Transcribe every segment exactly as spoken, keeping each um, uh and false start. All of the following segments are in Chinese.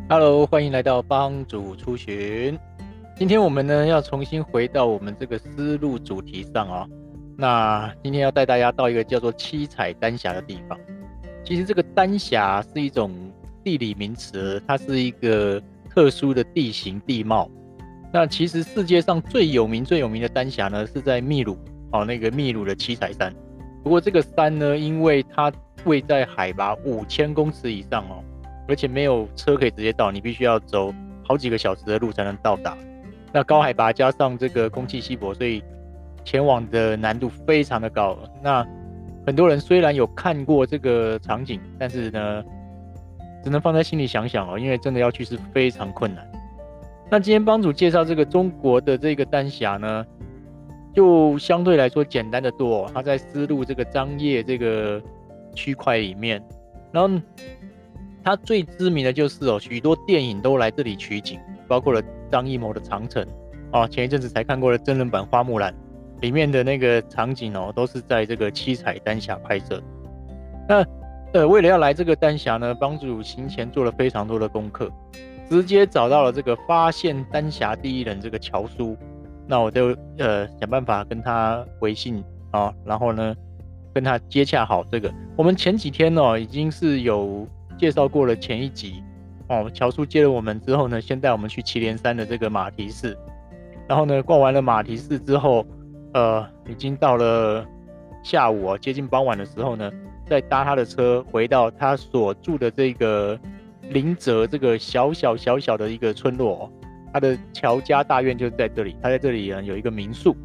Hello，欢迎来到帮主出巡。今天我们呢要重新回到我们这个思路主题上哦。那今天要带大家到一个叫做七彩丹霞的地方。其实这个丹霞是一种地理名词，它是一个特殊的地形地貌。那其实世界上最有名最有名的丹霞呢，是在秘鲁哦，那个秘鲁的七彩山。不过这个山呢，因为它位在海拔五千公尺以上哦，而且没有车可以直接到，你必须要走好几个小时的路才能到达。那高海拔加上这个空气稀薄，所以前往的难度非常的高。那很多人虽然有看过这个场景，但是呢，只能放在心里想想哦，因为真的要去是非常困难。那今天帮主介绍这个中国的这个丹霞呢，就相对来说简单的多哦，它在丝路这个张掖这个区块里面，然后它最知名的就是哦，许多电影都来这里取景，包括了张艺谋的《长城》哦，前一阵子才看过的真人版《花木兰》，里面的那个场景哦，都是在这个七彩丹霞拍摄。那呃，为了要来这个丹霞呢，帮主行前做了非常多的功课，直接找到了这个发现丹霞第一人这个乔叔，那我就呃想办法跟他微信啊、哦，然后呢跟他接洽好这个。我们前几天哦已经是有介绍过了前一集哦，乔叔接了我们之后呢，先带我们去祁连山的这个马蹄寺，然后呢逛完了马蹄寺之后，呃已经到了下午哦接近傍晚的时候呢，再搭他的车回到他所住的这个林泽这个小小小小的一个村落哦，他的乔家大院就在这里，他在这里呢有一个民宿。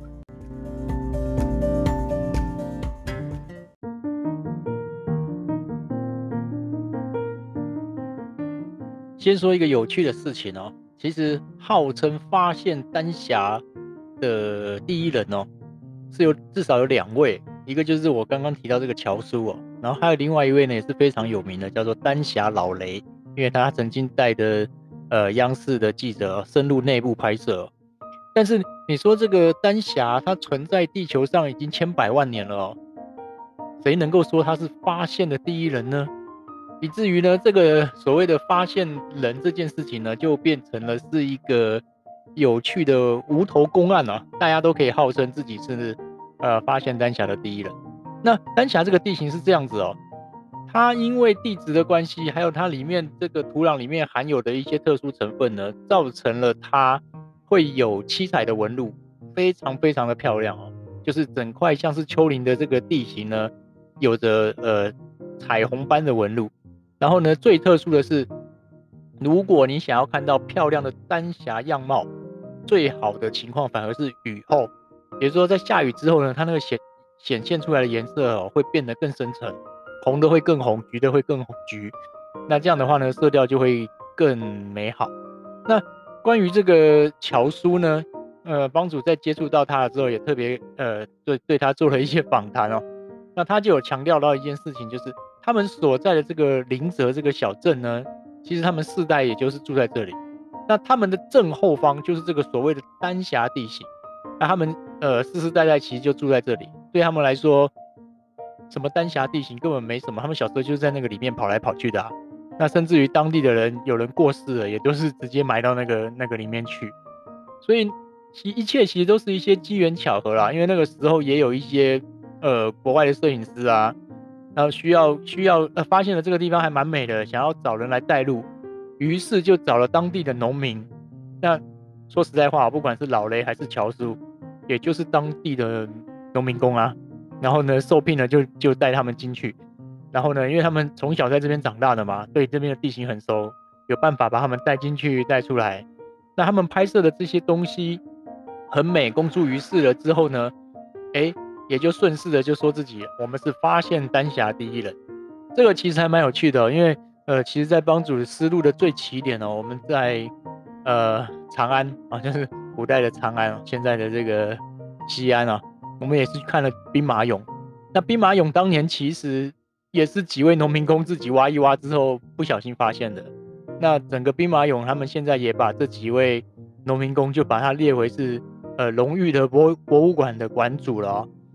先说一个有趣的事情哦，其实号称发现丹霞的第一人哦，是有至少有两位，一个就是我刚刚提到这个乔叔哦，然后还有另外一位呢也是非常有名的，叫做丹霞老雷，因为他曾经带的呃央视的记者哦深入内部拍摄哦。但是你说这个丹霞它存在地球上已经千百万年了哦，谁能够说他是发现的第一人呢？以至于呢，这个所谓的发现人这件事情呢，就变成了是一个有趣的无头公案啊，大家都可以号称自己是呃发现丹霞的第一人。那丹霞这个地形是这样子哦，它因为地质的关系，还有它里面这个土壤里面含有的一些特殊成分呢，造成了它会有七彩的纹路，非常非常的漂亮哦。就是整块像是丘陵的这个地形呢，有着呃彩虹般的纹路。然后呢，最特殊的是，如果你想要看到漂亮的丹霞样貌，最好的情况反而是雨后，也就是说在下雨之后呢，它那个显显现出来的颜色哦，会变得更深沉，红的会更红，橘的会更橘。那这样的话呢，色调就会更美好。那关于这个乔叔呢，呃，帮主在接触到他了之后，也特别呃对对他做了一些访谈哦。那他就有强调到一件事情，就是他们所在的这个林泽这个小镇呢，其实他们世代也就是住在这里。那他们的正后方就是这个所谓的丹霞地形，那他们呃世世代代其实就住在这里，对他们来说，什么丹霞地形根本没什么，他们小时候就是在那个里面跑来跑去的啊。那甚至于当地的人有人过世了，也都是直接埋到那个那个里面去。所以其一切其实都是一些机缘巧合啦，因为那个时候也有一些呃国外的摄影师啊，然后需要需要呃发现了这个地方还蛮美的，想要找人来带路，于是就找了当地的农民。那说实在话，不管是老雷还是乔叔，也就是当地的农民工啊。然后呢，受聘了就就带他们进去。然后呢，因为他们从小在这边长大的嘛，对这边的地形很熟，有办法把他们带进去带出来。那他们拍摄的这些东西很美，公诸于世了之后呢，哎，也就顺势的就说自己我们是发现丹霞第一人。这个其实还蛮有趣的哦，因为呃，其实在帮主思路的最起点哦，我们在呃长安啊，就是古代的长安，现在的这个西安啊，我们也是去看了兵马俑。那兵马俑当年其实也是几位农民工自己挖一挖之后不小心发现的。那整个兵马俑，他们现在也把这几位农民工就把它列为是呃荣誉的博博物馆的馆主了哦。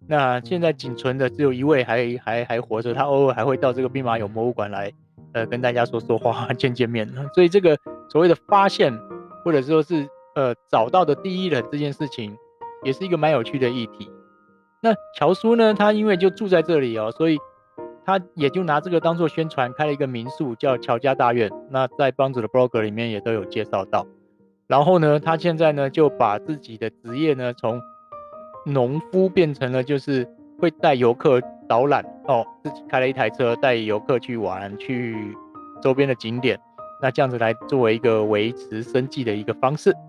那现在仅存的只有一位还还还活着，他偶尔还会到这个兵马俑博物馆来，呃，跟大家说说话、见见面。所以这个所谓的发现，或者说是呃找到的第一人这件事情，也是一个蛮有趣的议题。那乔叔呢，他因为就住在这里哦，所以他也就拿这个当做宣传，开了一个民宿叫乔家大院。那在帮主的 blog 里面也都有介绍到。然后呢，他现在呢就把自己的职业呢从农夫变成了就是会带游客导览哦，自己开了一台车带游客去玩，去周边的景点。那这样子来作为一个维持生计的一个方式。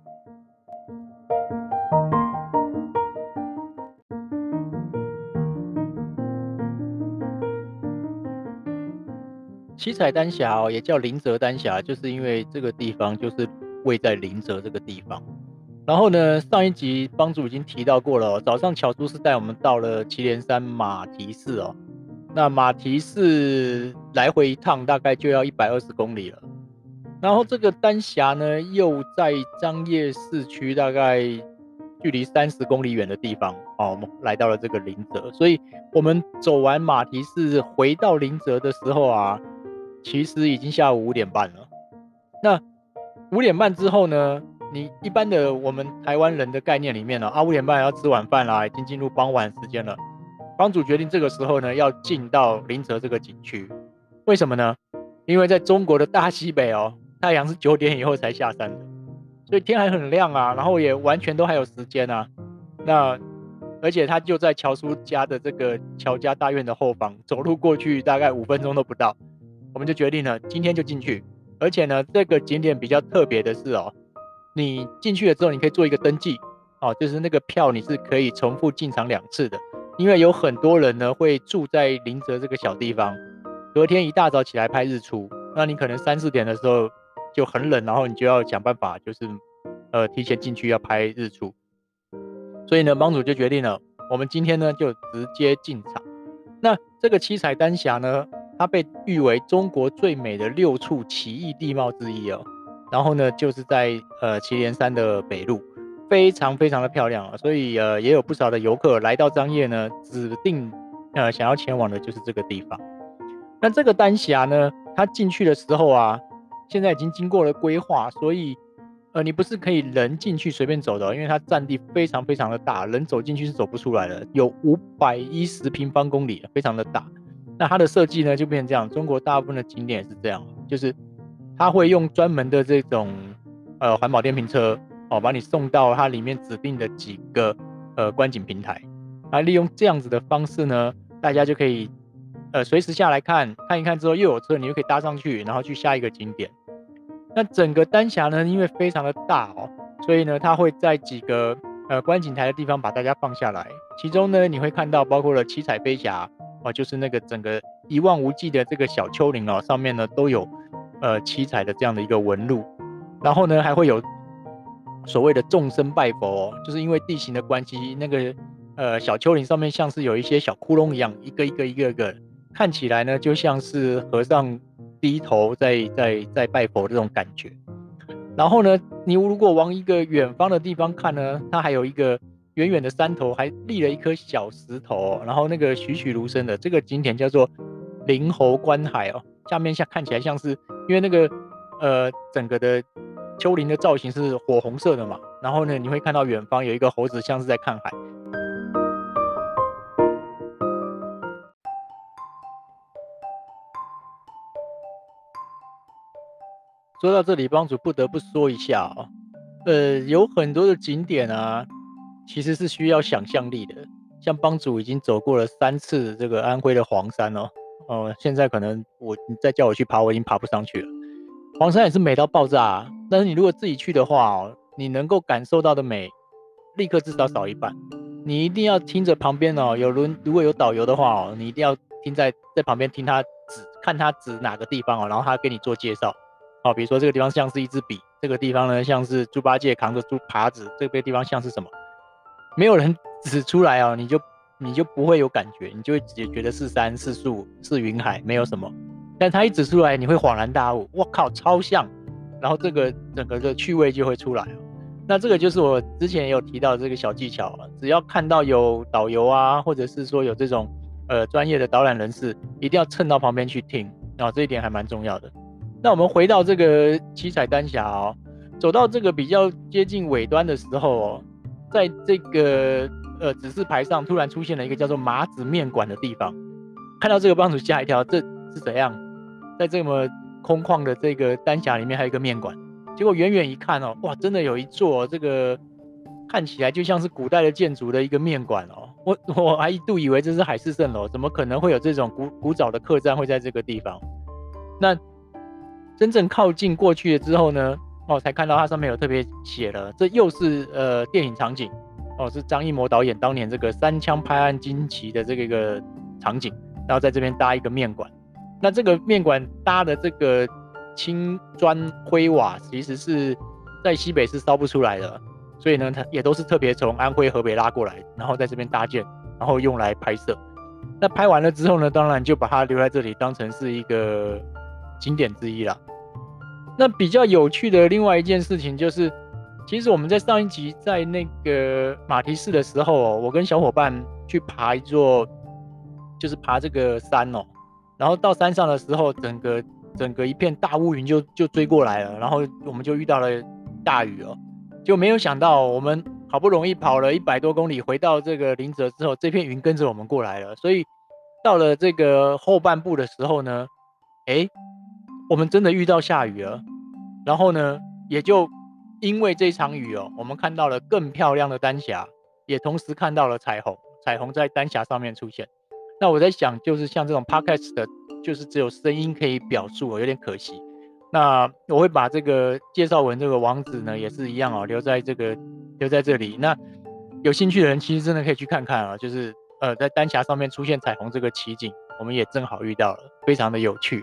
七彩丹霞哦，也叫林泽丹霞，就是因为这个地方就是位在林泽这个地方。然后呢，上一集帮主已经提到过了哦，早上乔叔是带我们到了祁连山马蹄寺哦。那马蹄寺来回一趟大概就要一百二十公里了。然后这个丹霞呢，又在彰业市区大概距离三十公里远的地方哦，我们来到了这个林泽。所以我们走完马蹄寺回到林泽的时候啊，其实已经下午五点半了。那五点半之后呢，你一般的我们台湾人的概念里面呢、啊，五点半要吃晚饭啦，已经进入傍晚时间了。帮主决定这个时候呢，要进到林泽这个景区。为什么呢？因为在中国的大西北哦，太阳是九点以后才下山的，所以天还很亮啊，然后也完全都还有时间啊。那而且他就在乔叔家的这个乔家大院的后方，走路过去大概五分钟都不到。我们就决定了今天就进去。而且呢，这个景点比较特别的是哦，你进去了之后，你可以做一个登记哦，就是那个票你是可以重复进场两次的。因为有很多人呢会住在林泽这个小地方，隔天一大早起来拍日出，那你可能三四点的时候就很冷，然后你就要想办法就是呃提前进去要拍日出。所以呢，帮主就决定了，我们今天呢就直接进场。那这个七彩丹霞呢，它被誉为中国最美的六处奇异地貌之一哦。然后呢，就是在呃祁连山的北路，非常非常的漂亮啊。所以呃也有不少的游客来到彰业呢，指定呃想要前往的就是这个地方。那这个丹霞呢，它进去的时候啊，现在已经经过了规划，所以呃你不是可以人进去随便走的哦，因为它占地非常非常的大，人走进去是走不出来的，有五百一十平方公里，非常的大。那它的设计呢就变成这样，中国大部分的景点也是这样，就是它会用专门的这种呃环保电瓶车哦，把你送到它里面指定的几个呃观景平台，那利用这样子的方式呢，大家就可以呃随时下来看看一看之后又有车，你就可以搭上去，然后去下一个景点。那整个丹霞呢，因为非常的大哦，所以呢，它会在几个呃观景台的地方把大家放下来。其中呢，你会看到包括了七彩飞霞哦，就是那个整个一望无际的这个小丘陵哦，上面呢都有呃七彩的这样的一个纹路。然后呢，还会有所谓的众生拜佛哦，就是因为地形的关系，那个呃小丘陵上面像是有一些小窟窿一样，一个一个一个一个，看起来呢就像是和尚低头在在在拜佛这种感觉。然后呢，你如果往一个远方的地方看呢，它还有一个远远的山头，还立了一颗小石头哦，然后那个栩栩如生的这个景点叫做灵猴观海哦，下面像看起来像是因为那个呃整个的丘陵的造型是火红色的嘛，然后呢你会看到远方有一个猴子像是在看海。说到这里，帮主不得不说一下哦，呃，有很多的景点啊，其实是需要想象力的。像帮主已经走过了三次这个安徽的黄山哦，哦、呃，现在可能我你再叫我去爬，我已经爬不上去了。黄山也是美到爆炸啊，但是你如果自己去的话哦，你能够感受到的美，立刻至少少一半。你一定要听着旁边哦，有人如果有导游的话哦，你一定要听在在旁边听他指，看他指哪个地方哦，然后他给你做介绍。哦，比如说这个地方像是一支笔，这个地方呢像是猪八戒扛着猪耙子，这个地方像是什么？没有人指出来哦，你就你就不会有感觉，你就会直接觉得是山是树是云海，没有什么。但他一指出来，你会恍然大悟，我靠，超像，然后这个整个的趣味就会出来哦。 那这个就是我之前也有提到的这个小技巧啊，只要看到有导游啊，或者是说有这种呃专业的导览人士，一定要蹭到旁边去听啊，这一点还蛮重要的。那我们回到这个七彩丹霞哦，走到这个比较接近尾端的时候哦，在这个呃指示牌上突然出现了一个叫做麻子面馆的地方，看到这个帮主吓一跳，这是怎样？在这么空旷的这个丹霞里面还有一个面馆。结果远远一看哦，哇，真的有一座这个看起来就像是古代的建筑的一个面馆哦。我我还一度以为这是海市蜃楼，怎么可能会有这种古古早的客栈会在这个地方？那真正靠近过去了之后呢，哦，才看到它上面有特别写了，这又是呃电影场景哦，是张艺谋导演当年这个三枪拍案惊奇的这个一个场景，然后在这边搭一个面馆。那这个面馆搭的这个青砖灰瓦，其实是在西北是烧不出来的，所以呢，它也都是特别从安徽、河北拉过来，然后在这边搭建，然后用来拍摄。那拍完了之后呢，当然就把它留在这里，当成是一个景点之一啦。那比较有趣的另外一件事情就是，其实我们在上一集在那个马蹄市的时候哦，我跟小伙伴去爬一座，就是爬这个山哦，然后到山上的时候，整个整个一片大乌云就就追过来了，然后我们就遇到了大雨哦，就没有想到我们好不容易跑了一百多公里，回到这个林泽之后，这片云跟着我们过来了，所以到了这个后半部的时候呢，诶，我们真的遇到下雨了，然后呢，也就因为这场雨哦，我们看到了更漂亮的丹霞，也同时看到了彩虹，彩虹在丹霞上面出现。那我在想，就是像这种 podcast 的，就是只有声音可以表述哦，有点可惜。那我会把这个介绍文这个网址呢，也是一样哦，留在这个留在这里。那有兴趣的人其实真的可以去看看啊，就是呃在丹霞上面出现彩虹这个奇景，我们也正好遇到了，非常的有趣。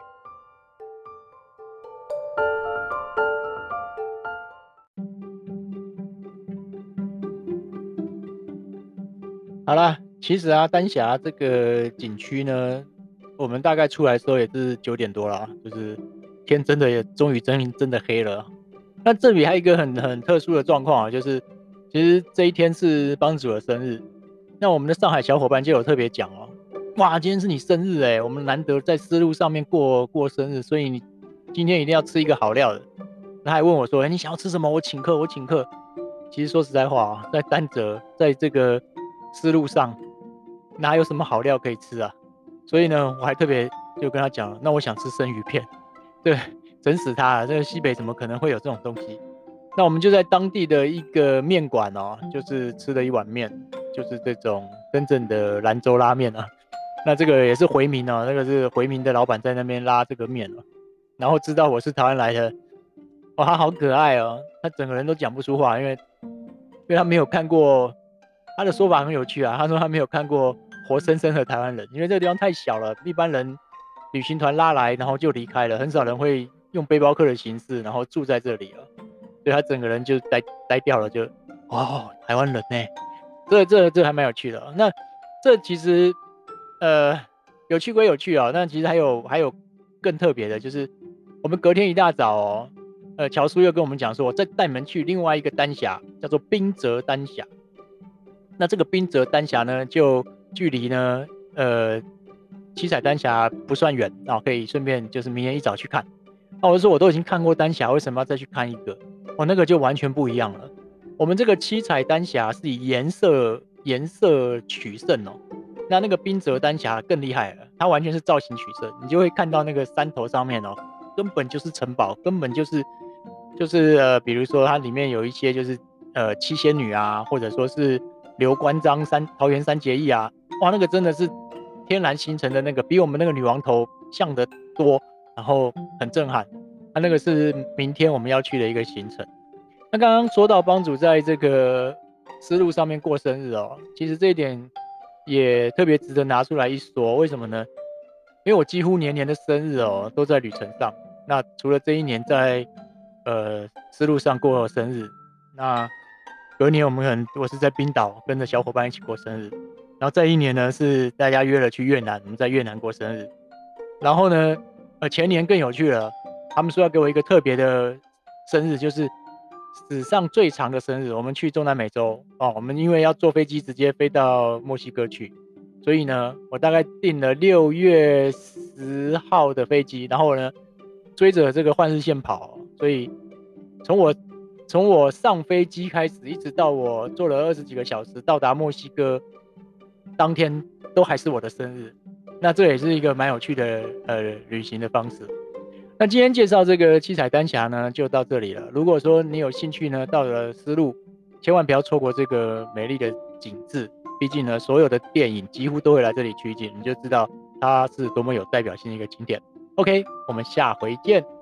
好啦，其实啊，丹霞这个景区呢，我们大概出来的时候也是九点多了，就是天真的也终于真真的黑了。那这里还有一个很很特殊的状况啊，就是其实这一天是帮主的生日，那我们的上海小伙伴就有特别讲哦，哇，今天是你生日哎，我们难得在丝路上面过过生日，所以你今天一定要吃一个好料的。他还问我说，哎，你想要吃什么？我请客，我请客。其实说实在话啊，在丹泽，在这个丝路上，哪有什么好料可以吃啊？所以呢，我还特别就跟他讲，那我想吃生鱼片。对，整死他了！这个西北怎么可能会有这种东西？那我们就在当地的一个面馆哦，就是吃了一碗面，就是这种真正的兰州拉面啊。那这个也是回民哦，那个是回民的老板在那边拉这个面哦，然后知道我是台湾来的，哇，他好可爱哦，他整个人都讲不出话，因为因为他没有看过，他的说法很有趣啊，他说他没有看过活生生的台湾人，因为这个地方太小了，一般人旅行团拉来然后就离开了，很少人会用背包客的形式然后住在这里了，所以他整个人就呆呆掉了，就哇，台湾人呢，这这这还蛮有趣的哦。那这其实呃有趣归有趣啊，那其实还有还有更特别的，就是我们隔天一大早哦，呃，乔叔又跟我们讲说，我再带你们去另外一个丹霞，叫做滨泽丹霞。那这个滨泽丹霞呢，就距离呢，呃，七彩丹霞不算远啊，可以顺便就是明天一早去看。那我就说我都已经看过丹霞，为什么要再去看一个？哦，那个就完全不一样了。我们这个七彩丹霞是以颜色颜色取胜哦，那那个滨泽丹霞更厉害了，它完全是造型取胜，你就会看到那个山头上面哦，根本就是城堡，根本就是就是呃，比如说它里面有一些就是呃七仙女啊，或者说是刘关张三桃园三结义啊，哇，那个真的是天然形成的那个，比我们那个女王头像的多，然后很震撼。那、啊、那个是明天我们要去的一个行程。那刚刚说到帮主在这个丝路上面过生日哦，其实这一点也特别值得拿出来一说。为什么呢？因为我几乎年年的生日哦都在旅程上。那除了这一年在呃丝路上过生日，那隔年我们可能我是在冰岛跟着小伙伴一起过生日，然后这一年呢是大家约了去越南，我们在越南过生日。然后呢，呃前年更有趣了，他们说要给我一个特别的生日，就是史上最长的生日，我们去中南美洲哦，我们因为要坐飞机直接飞到墨西哥去，所以呢，我大概订了六月十号的飞机，然后呢，追着这个换日线跑，所以从我从我上飞机开始，一直到我坐了二十几个小时到达墨西哥，当天都还是我的生日，那这也是一个蛮有趣的呃旅行的方式。那今天介绍这个七彩丹霞呢，就到这里了。如果说你有兴趣呢，到了丝路，千万不要错过这个美丽的景致。毕竟呢，所有的电影几乎都会来这里取景，你就知道它是多么有代表性的一个景点。OK，我们下回见。